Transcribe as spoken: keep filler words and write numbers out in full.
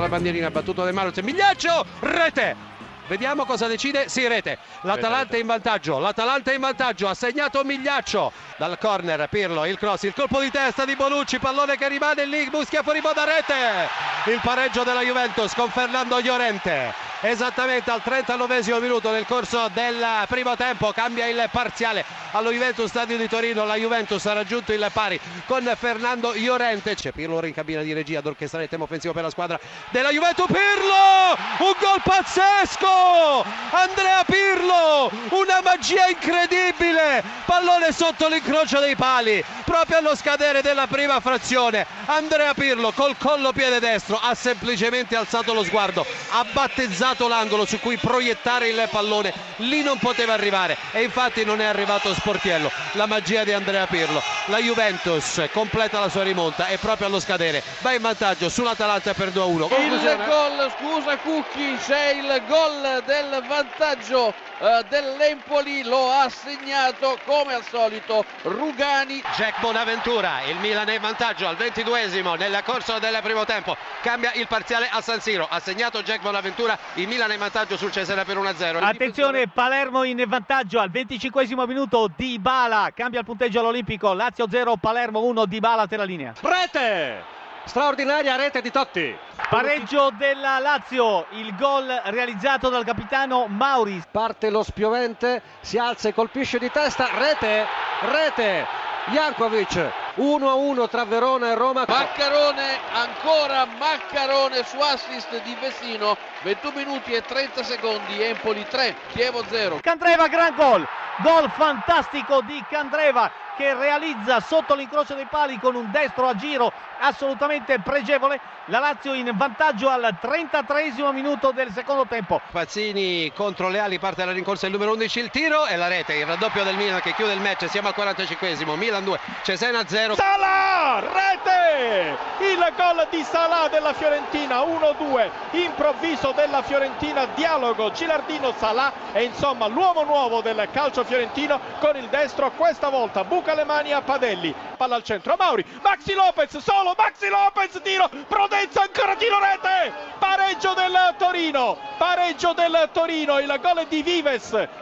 la bandierina, battuto De Mauro, c'è Migliaccio, rete! Vediamo cosa decide, sì, rete. L'Atalanta è in vantaggio, l'Atalanta è in vantaggio, ha segnato Migliaccio. Dal corner Pirlo, il cross, il colpo di testa di Bonucci, pallone che rimane lì, Muschia fuori da rete. Il pareggio della Juventus con Fernando Llorente. Esattamente al trentanovesimo minuto nel corso del primo tempo cambia il parziale allo Juventus Stadio di Torino. La Juventus ha raggiunto il pari con Fernando Llorente. C'è Pirlo in cabina di regia ad orchestrare il tempo offensivo per la squadra della Juventus. Pirlo! Un gol pazzesco! Andrea Pirlo! Una magia incredibile! Pallone sotto l'incrocio dei pali proprio allo scadere della prima frazione. Andrea Pirlo col collo piede destro ha semplicemente alzato lo sguardo, ha battezzato l'angolo su cui proiettare il pallone, lì non poteva arrivare e infatti non è arrivato Sportiello. La magia di Andrea Pirlo. La Juventus completa la sua rimonta e proprio allo scadere va in vantaggio sull'Atalanta per due a uno. Il gol, scusa Cucchi, c'è il gol del vantaggio eh, dell'Empoli, lo ha segnato come al solito Rugani. Jack Bonaventura, il Milan è in vantaggio al ventiduesimo nel corso del primo tempo, cambia il parziale a San Siro, ha segnato Jack Bonaventura, il Milan è in vantaggio sul Cesena per uno a zero. Attenzione, Palermo in vantaggio al venticinquesimo minuto, Dybala cambia il punteggio all'Olimpico, Lazio zero, Palermo uno, Dybala te la linea. Rete! Straordinaria rete di Totti. Pareggio della Lazio, il gol realizzato dal capitano Mauri. Parte lo spiovente, si alza e colpisce di testa, rete, rete, Jankovic, uno a uno tra Verona e Roma. Maccarone, ancora Maccarone su assist di Vecino, ventuno minuti e trenta secondi, Empoli tre, Chievo zero. Candreva, gran gol, gol fantastico di Candreva che realizza sotto l'incrocio dei pali con un destro a giro assolutamente pregevole. La Lazio in vantaggio al trentatreesimo minuto del secondo tempo. Pazzini contro le ali, parte la rincorsa il numero undici, il tiro e la rete, il raddoppio del Milan che chiude il match. Siamo al quarantacinquesimo, Milan due, Cesena zero. Salah, rete! Il gol di Salah della Fiorentina, uno due, improvviso della Fiorentina, dialogo Gilardino-Salah e insomma l'uomo nuovo del calcio fiorentino con il destro, questa volta buca le mani a Padelli, palla al centro a Mauri, Maxi Lopez solo, Maxi Lopez, tiro, prudenza, ancora tiro, rete, pareggio del Torino, pareggio del Torino, il gol di Vives